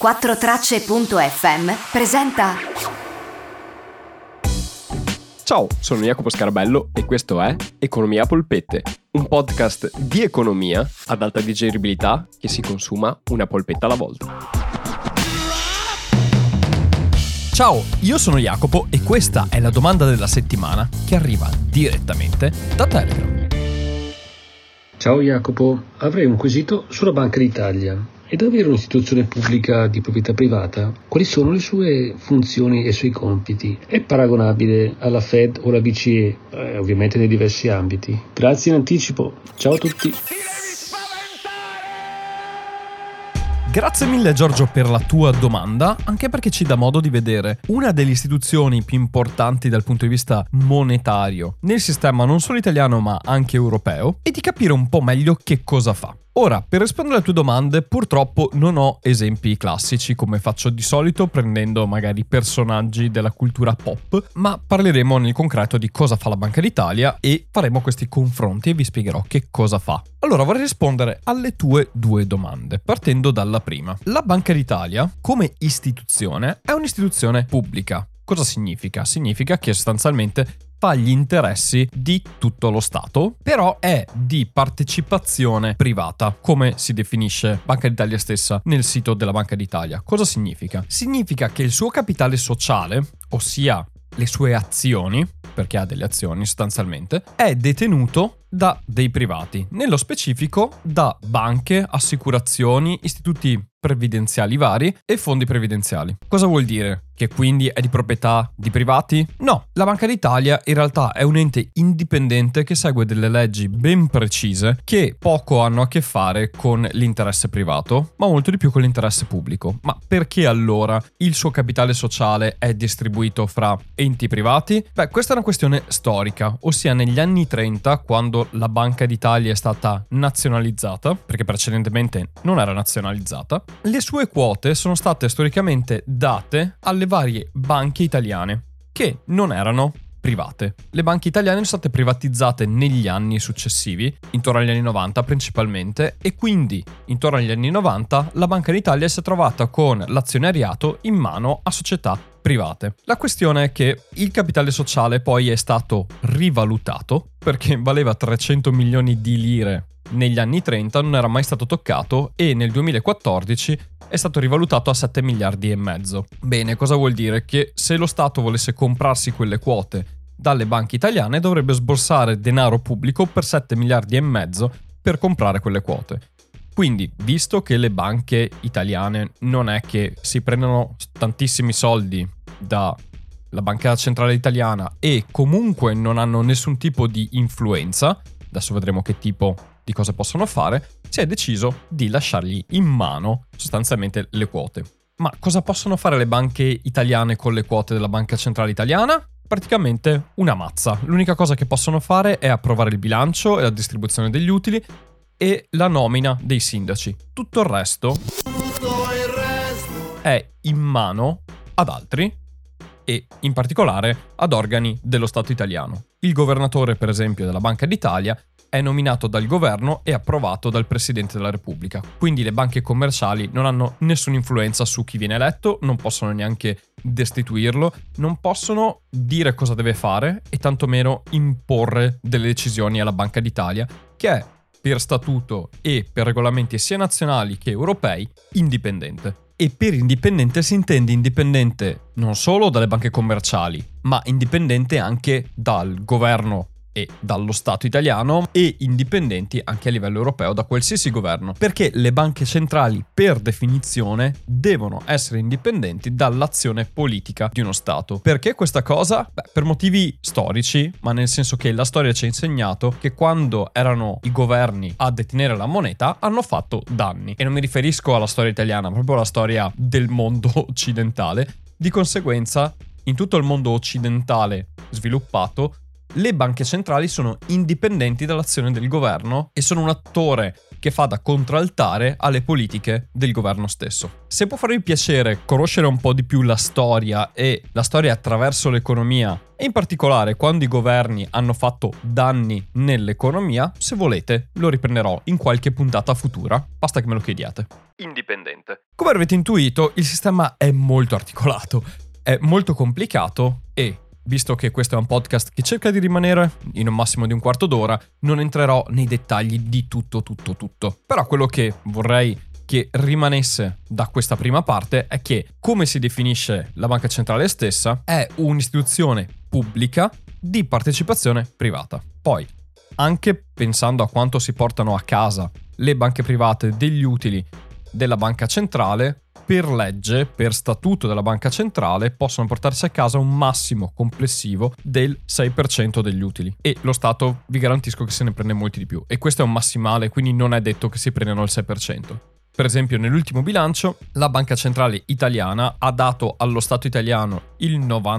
4tracce.fm presenta. Ciao, sono Jacopo Scarabello e questo è Economia a polpette, un podcast di economia ad alta digeribilità che si consuma una polpetta alla volta. Ciao, io sono Jacopo e questa è la domanda della settimana che arriva direttamente da Telegram. Ciao Jacopo, avrei un quesito sulla Banca d'Italia. È davvero un'istituzione pubblica di proprietà privata? Quali sono le sue funzioni e i suoi compiti? È paragonabile alla Fed o alla BCE? Ovviamente nei diversi ambiti. Grazie in anticipo, ciao a tutti. Grazie mille Giorgio per la tua domanda, anche perché ci dà modo di vedere una delle istituzioni più importanti dal punto di vista monetario nel sistema non solo italiano ma anche europeo e di capire un po' meglio che cosa fa. Ora, per rispondere alle tue domande, purtroppo non ho esempi classici come faccio di solito prendendo magari personaggi della cultura pop, ma parleremo nel concreto di cosa fa la Banca d'Italia e faremo questi confronti e vi spiegherò che cosa fa. Allora, vorrei rispondere alle tue due domande, partendo dalla prima. La Banca d'Italia, come istituzione, è un'istituzione pubblica. Cosa significa? Significa che sostanzialmente fa gli interessi di tutto lo Stato, però è di partecipazione privata, come si definisce Banca d'Italia stessa nel sito della Banca d'Italia. Cosa significa? Significa che il suo capitale sociale, ossia le sue azioni, perché ha delle azioni sostanzialmente, è detenuto da dei privati, nello specifico da banche, assicurazioni, istituti previdenziali vari e fondi previdenziali. Cosa vuol dire? Che quindi è di proprietà di privati? No, la Banca d'Italia in realtà è un ente indipendente che segue delle leggi ben precise che poco hanno a che fare con l'interesse privato, ma molto di più con l'interesse pubblico. Ma perché allora il suo capitale sociale è distribuito fra enti privati? Beh, questa è una questione storica, ossia negli anni 30, quando la Banca d'Italia è stata nazionalizzata, perché precedentemente non era nazionalizzata, le sue quote sono state storicamente date alle varie banche italiane, che non erano private. Le banche italiane sono state privatizzate negli anni successivi, intorno agli anni 90 principalmente, e quindi intorno agli anni 90 la Banca d'Italia si è trovata con l'azionariato in mano a società private. La questione è che il capitale sociale poi è stato rivalutato, perché valeva 300 milioni di lire negli anni 30, non era mai stato toccato e nel 2014 è stato rivalutato a 7 miliardi e mezzo. Bene, cosa vuol dire? Che se lo Stato volesse comprarsi quelle quote dalle banche italiane dovrebbe sborsare denaro pubblico per 7 miliardi e mezzo per comprare quelle quote. Quindi, visto che le banche italiane non è che si prendono tantissimi soldi dalla Banca Centrale Italiana e comunque non hanno nessun tipo di influenza, adesso vedremo che tipo di cosa possono fare, si è deciso di lasciargli in mano sostanzialmente le quote. Ma cosa possono fare le banche italiane con le quote della Banca Centrale Italiana? Praticamente una mazza. L'unica cosa che possono fare è approvare il bilancio e la distribuzione degli utili e la nomina dei sindaci. Tutto il resto è in mano ad altri e in particolare ad organi dello Stato italiano. Il governatore, per esempio, della Banca d'Italia è nominato dal governo e approvato dal Presidente della Repubblica. Quindi le banche commerciali non hanno nessuna influenza su chi viene eletto, non possono neanche destituirlo, non possono dire cosa deve fare e tantomeno imporre delle decisioni alla Banca d'Italia, che è per statuto e per regolamenti sia nazionali che europei indipendente. E per indipendente si intende indipendente non solo dalle banche commerciali, ma indipendente anche dal governo e dallo Stato italiano e indipendenti anche a livello europeo da qualsiasi governo, perché le banche centrali per definizione devono essere indipendenti dall'azione politica di uno Stato. Perché questa cosa? Beh, per motivi storici, ma nel senso che la storia ci ha insegnato che quando erano i governi a detenere la moneta hanno fatto danni. E non mi riferisco alla storia italiana, proprio alla storia del mondo occidentale. Di conseguenza, in tutto il mondo occidentale sviluppato, le banche centrali sono indipendenti dall'azione del governo e sono un attore che fa da contraltare alle politiche del governo stesso. Se può farvi piacere conoscere un po' di più la storia e la storia attraverso l'economia, e in particolare quando i governi hanno fatto danni nell'economia, se volete lo riprenderò in qualche puntata futura, basta che me lo chiediate. Indipendente. Come avrete intuito, il sistema è molto articolato, è molto complicato e, visto che questo è un podcast che cerca di rimanere in un massimo di un quarto d'ora, non entrerò nei dettagli di tutto. Però quello che vorrei che rimanesse da questa prima parte è che, come si definisce la banca centrale stessa, è un'istituzione pubblica di partecipazione privata. Poi, anche pensando a quanto si portano a casa le banche private degli utili della banca centrale, per legge, per statuto della banca centrale, possono portarsi a casa un massimo complessivo del 6% degli utili. E lo Stato vi garantisco che se ne prende molti di più. E questo è un massimale, quindi non è detto che si prendano il 6%. Per esempio, nell'ultimo bilancio, la Banca Centrale Italiana ha dato allo Stato italiano il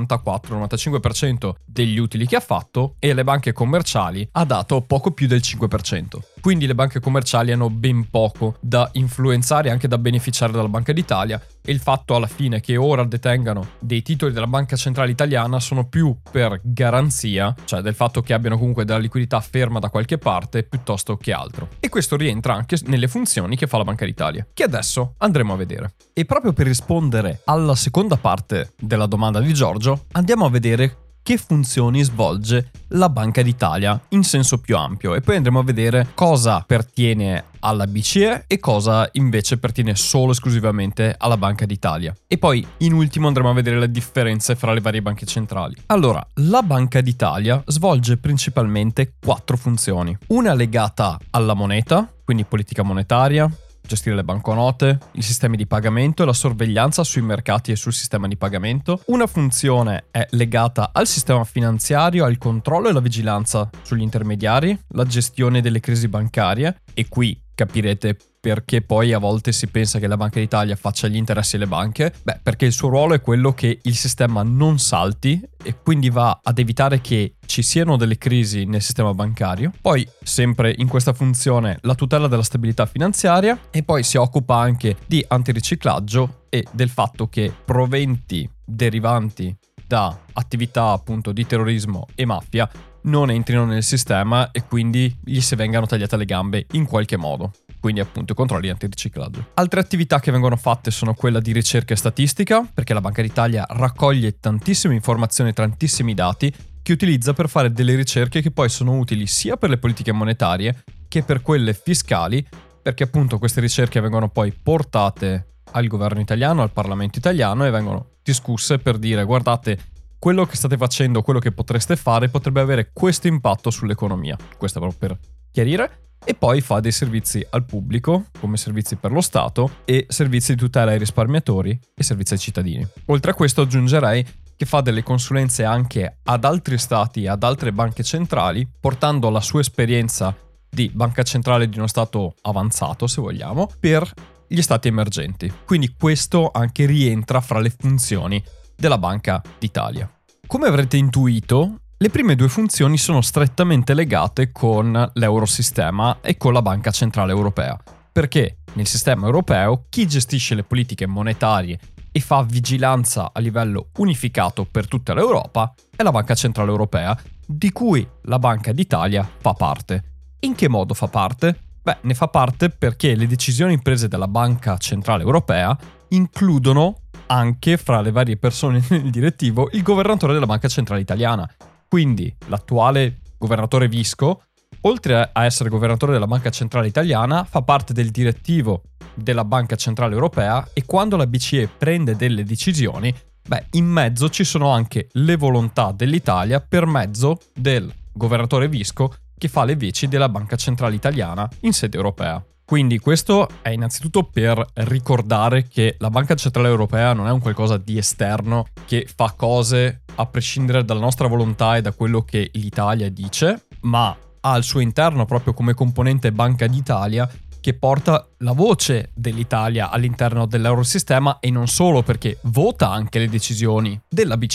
94-95% degli utili che ha fatto e alle banche commerciali ha dato poco più del 5%. Quindi le banche commerciali hanno ben poco da influenzare e anche da beneficiare dalla Banca d'Italia, e il fatto alla fine che ora detengano dei titoli della Banca Centrale Italiana sono più per garanzia, cioè del fatto che abbiano comunque della liquidità ferma da qualche parte, piuttosto che altro. E questo rientra anche nelle funzioni che fa la Banca d'Italia, che adesso andremo a vedere. E proprio per rispondere alla seconda parte della domanda di Giorgio, andiamo a vedere che funzioni svolge la Banca d'Italia in senso più ampio, e poi andremo a vedere cosa pertiene alla BCE e cosa invece pertiene solo esclusivamente alla Banca d'Italia. E poi in ultimo andremo a vedere le differenze fra le varie banche centrali. Allora, la Banca d'Italia svolge principalmente 4 funzioni. Una legata alla moneta, quindi politica monetaria, gestire le banconote, i sistemi di pagamento e la sorveglianza sui mercati e sul sistema di pagamento. Una funzione è legata al sistema finanziario, al controllo e la vigilanza sugli intermediari, la gestione delle crisi bancarie, e qui capirete perché poi a volte si pensa che la Banca d'Italia faccia gli interessi alle banche. Beh, perché il suo ruolo è quello che il sistema non salti e quindi va ad evitare che ci siano delle crisi nel sistema bancario. Poi, sempre in questa funzione, la tutela della stabilità finanziaria, e poi si occupa anche di antiriciclaggio e del fatto che proventi derivanti da attività appunto di terrorismo e mafia non entrino nel sistema e quindi gli si vengano tagliate le gambe in qualche modo. Quindi appunto controlli antiriciclaggio. Altre attività che vengono fatte sono quella di ricerca e statistica, perché la Banca d'Italia raccoglie tantissime informazioni e tantissimi dati che utilizza per fare delle ricerche che poi sono utili sia per le politiche monetarie che per quelle fiscali, perché appunto queste ricerche vengono poi portate al governo italiano, al Parlamento italiano, e vengono discusse per dire: guardate, quello che state facendo, quello che potreste fare potrebbe avere questo impatto sull'economia. Questo è proprio per chiarire. E poi fa dei servizi al pubblico, come servizi per lo Stato e servizi di tutela ai risparmiatori e servizi ai cittadini. Oltre a questo aggiungerei che fa delle consulenze anche ad altri stati e ad altre banche centrali, portando la sua esperienza di banca centrale di uno stato avanzato, se vogliamo, per gli stati emergenti. Quindi questo anche rientra fra le funzioni della Banca d'Italia. Come avrete intuito, le prime 2 funzioni sono strettamente legate con l'Eurosistema e con la Banca Centrale Europea, perché nel sistema europeo chi gestisce le politiche monetarie e fa vigilanza a livello unificato per tutta l'Europa è la Banca Centrale Europea, di cui la Banca d'Italia fa parte. In che modo fa parte? Beh, ne fa parte perché le decisioni prese dalla Banca Centrale Europea includono anche fra le varie persone nel direttivo il governatore della Banca Centrale Italiana. Quindi l'attuale governatore Visco, oltre a essere governatore della Banca Centrale Italiana, fa parte del direttivo della Banca Centrale Europea, e quando la BCE prende delle decisioni, in mezzo ci sono anche le volontà dell'Italia per mezzo del governatore Visco che fa le veci della Banca Centrale Italiana in sede europea. Quindi questo è innanzitutto per ricordare che la Banca Centrale Europea non è un qualcosa di esterno che fa cose a prescindere dalla nostra volontà e da quello che l'Italia dice, ma ha al suo interno, proprio come componente Banca d'Italia, che porta la voce dell'Italia all'interno dell'Eurosistema, e non solo, perché vota anche le decisioni della BCE.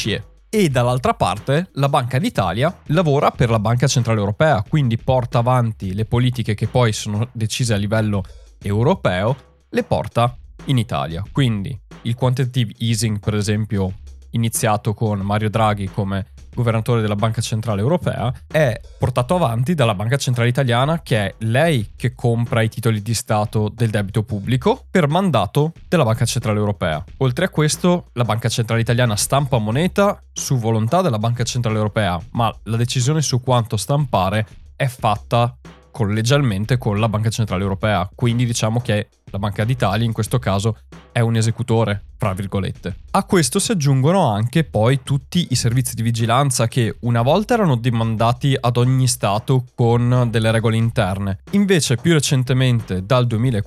e dall'altra parte la Banca d'Italia lavora per la Banca Centrale Europea, quindi porta avanti le politiche che poi sono decise a livello europeo, le porta in Italia. Quindi il quantitative easing, per esempio, iniziato con Mario Draghi come governatore della Banca Centrale Europea, è portato avanti dalla Banca Centrale Italiana, che è lei che compra i titoli di Stato del debito pubblico per mandato della Banca Centrale Europea. Oltre a questo, la Banca Centrale Italiana stampa moneta su volontà della Banca Centrale Europea, ma la decisione su quanto stampare è fatta collegialmente con la Banca Centrale Europea, quindi diciamo che la Banca d'Italia in questo caso è un esecutore, fra virgolette. A questo si aggiungono anche poi tutti i servizi di vigilanza che una volta erano demandati ad ogni Stato con delle regole interne. Invece più recentemente, dal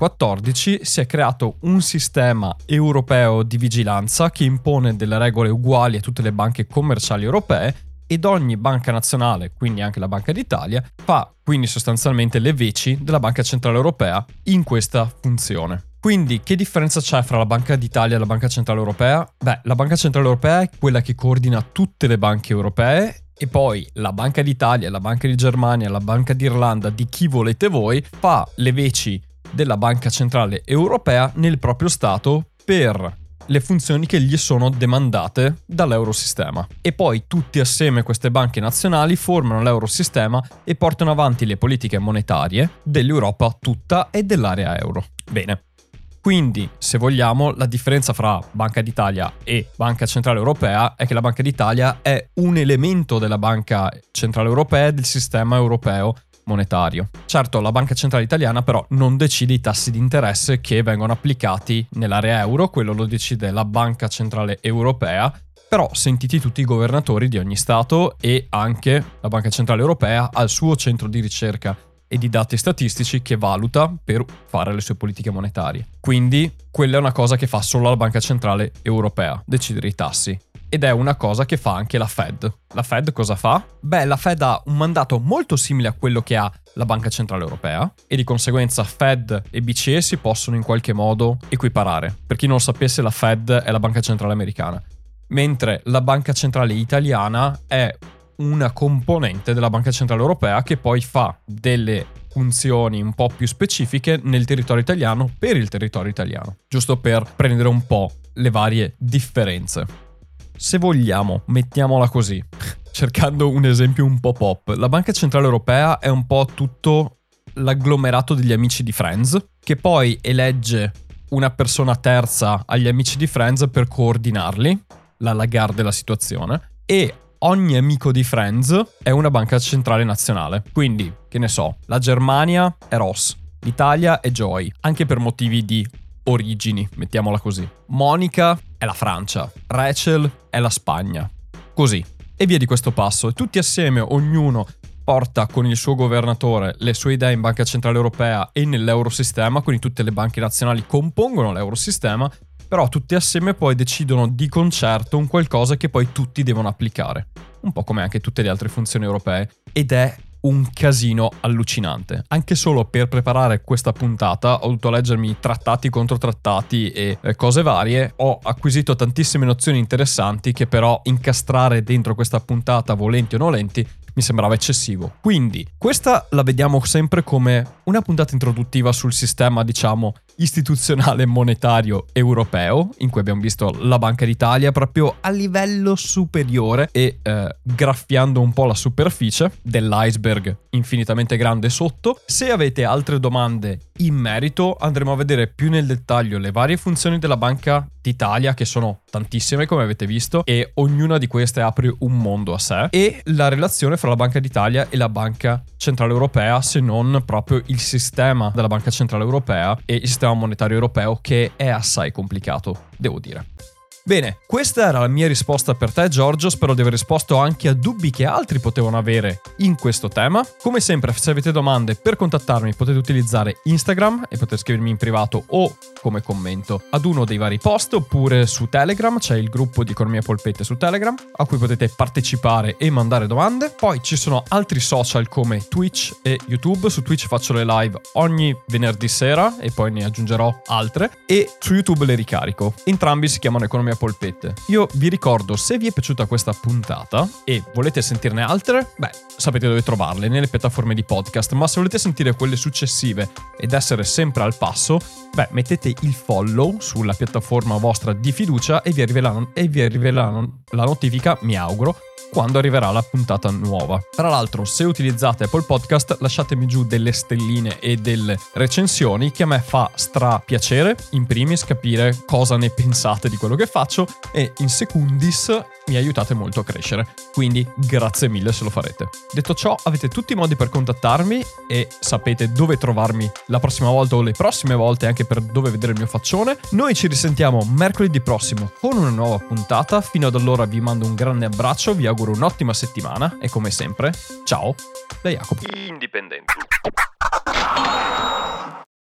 2014, si è creato un sistema europeo di vigilanza che impone delle regole uguali a tutte le banche commerciali europee, ed ogni banca nazionale, quindi anche la Banca d'Italia, fa quindi sostanzialmente le veci della Banca Centrale Europea in questa funzione. Quindi che differenza c'è fra la Banca d'Italia e la Banca Centrale Europea? Beh, la Banca Centrale Europea è quella che coordina tutte le banche europee, e poi la Banca d'Italia, la Banca di Germania, la Banca d'Irlanda, di chi volete voi, fa le veci della Banca Centrale Europea nel proprio Stato per le funzioni che gli sono demandate dall'Eurosistema. E poi tutti assieme queste banche nazionali formano l'Eurosistema e portano avanti le politiche monetarie dell'Europa tutta e dell'area euro. Bene. Quindi, se vogliamo, la differenza fra Banca d'Italia e Banca Centrale Europea è che la Banca d'Italia è un elemento della Banca Centrale Europea e del sistema europeo monetario. Certo, la Banca Centrale Italiana però non decide i tassi di interesse che vengono applicati nell'area euro, quello lo decide la Banca Centrale Europea, però sentiti tutti i governatori di ogni Stato, e anche la Banca Centrale Europea ha il suo centro di ricerca e di dati statistici che valuta per fare le sue politiche monetarie. Quindi quella è una cosa che fa solo la Banca Centrale Europea, decidere i tassi. Ed è una cosa che fa anche la Fed. La Fed cosa fa? Beh, la Fed ha un mandato molto simile a quello che ha la Banca Centrale Europea, e di conseguenza Fed e BCE si possono in qualche modo equiparare. Per chi non lo sapesse, la Fed è la Banca Centrale Americana, mentre la Banca Centrale Italiana è una componente della Banca Centrale Europea che poi fa delle funzioni un po' più specifiche nel territorio italiano per il territorio italiano, giusto per prendere un po' le varie differenze. Se vogliamo, mettiamola così, cercando un esempio un po' pop, la Banca Centrale Europea è un po' tutto l'agglomerato degli amici di Friends, che poi elegge una persona terza agli amici di Friends per coordinarli, la Lagarde della situazione, e ogni amico di Friends è una banca centrale nazionale. Quindi, che ne so, la Germania è Ross, l'Italia è Joy, anche per motivi di origini, mettiamola così. Monica è la Francia, Rachel è la Spagna, così. E via di questo passo. E tutti assieme, ognuno porta con il suo governatore le sue idee in Banca Centrale Europea e nell'Eurosistema, quindi tutte le banche nazionali compongono l'Eurosistema, però tutti assieme poi decidono di concerto un qualcosa che poi tutti devono applicare, un po' come anche tutte le altre funzioni europee, ed è un casino allucinante. Anche solo per preparare questa puntata ho dovuto leggermi trattati contro trattati e cose varie. Ho acquisito tantissime nozioni interessanti che però incastrare dentro questa puntata, volenti o nolenti, mi sembrava eccessivo. Quindi questa la vediamo sempre come una puntata introduttiva sul sistema, diciamo, istituzionale monetario europeo, in cui abbiamo visto la Banca d'Italia proprio a livello superiore e graffiando un po' la superficie dell'iceberg infinitamente grande sotto. Se avete altre domande in merito, andremo a vedere più nel dettaglio le varie funzioni della Banca d'Italia, che sono tantissime come avete visto, e ognuna di queste apre un mondo a sé, e la relazione fra la Banca d'Italia e la Banca Centrale Europea, se non proprio il sistema della Banca Centrale Europea e il sistema monetario europeo, che è assai complicato, devo dire. Bene, questa era la mia risposta per te, Giorgio. Spero di aver risposto anche a dubbi che altri potevano avere in questo tema. Come sempre, se avete domande, per contattarmi potete utilizzare Instagram e potete scrivermi in privato o come commento ad uno dei vari post, oppure su Telegram, c'è il gruppo di Economia Polpette su Telegram, a cui potete partecipare e mandare domande. Poi ci sono altri social come Twitch e YouTube. Su Twitch faccio le live ogni venerdì sera e poi ne aggiungerò altre, e su YouTube le ricarico. Entrambi si chiamano Economia mia polpette. Io vi ricordo, se vi è piaciuta questa puntata e volete sentirne altre, sapete dove trovarle, nelle piattaforme di podcast, ma se volete sentire quelle successive ed essere sempre al passo, mettete il follow sulla piattaforma vostra di fiducia e vi arriveranno la notifica, mi auguro, quando arriverà la puntata nuova. Tra l'altro, se utilizzate Apple Podcast, lasciatemi giù delle stelline e delle recensioni, che a me fa stra piacere, in primis capire cosa ne pensate di quello che faccio, e in secundis mi aiutate molto a crescere. Quindi grazie mille se lo farete. Detto ciò, avete tutti i modi per contattarmi e sapete dove trovarmi la prossima volta o le prossime volte, anche per dove vedere il mio faccione. Noi ci risentiamo mercoledì prossimo con una nuova puntata. Fino ad allora vi mando un grande abbraccio, vi auguro un'ottima settimana e come sempre, ciao da Jacopo. Indipendenti.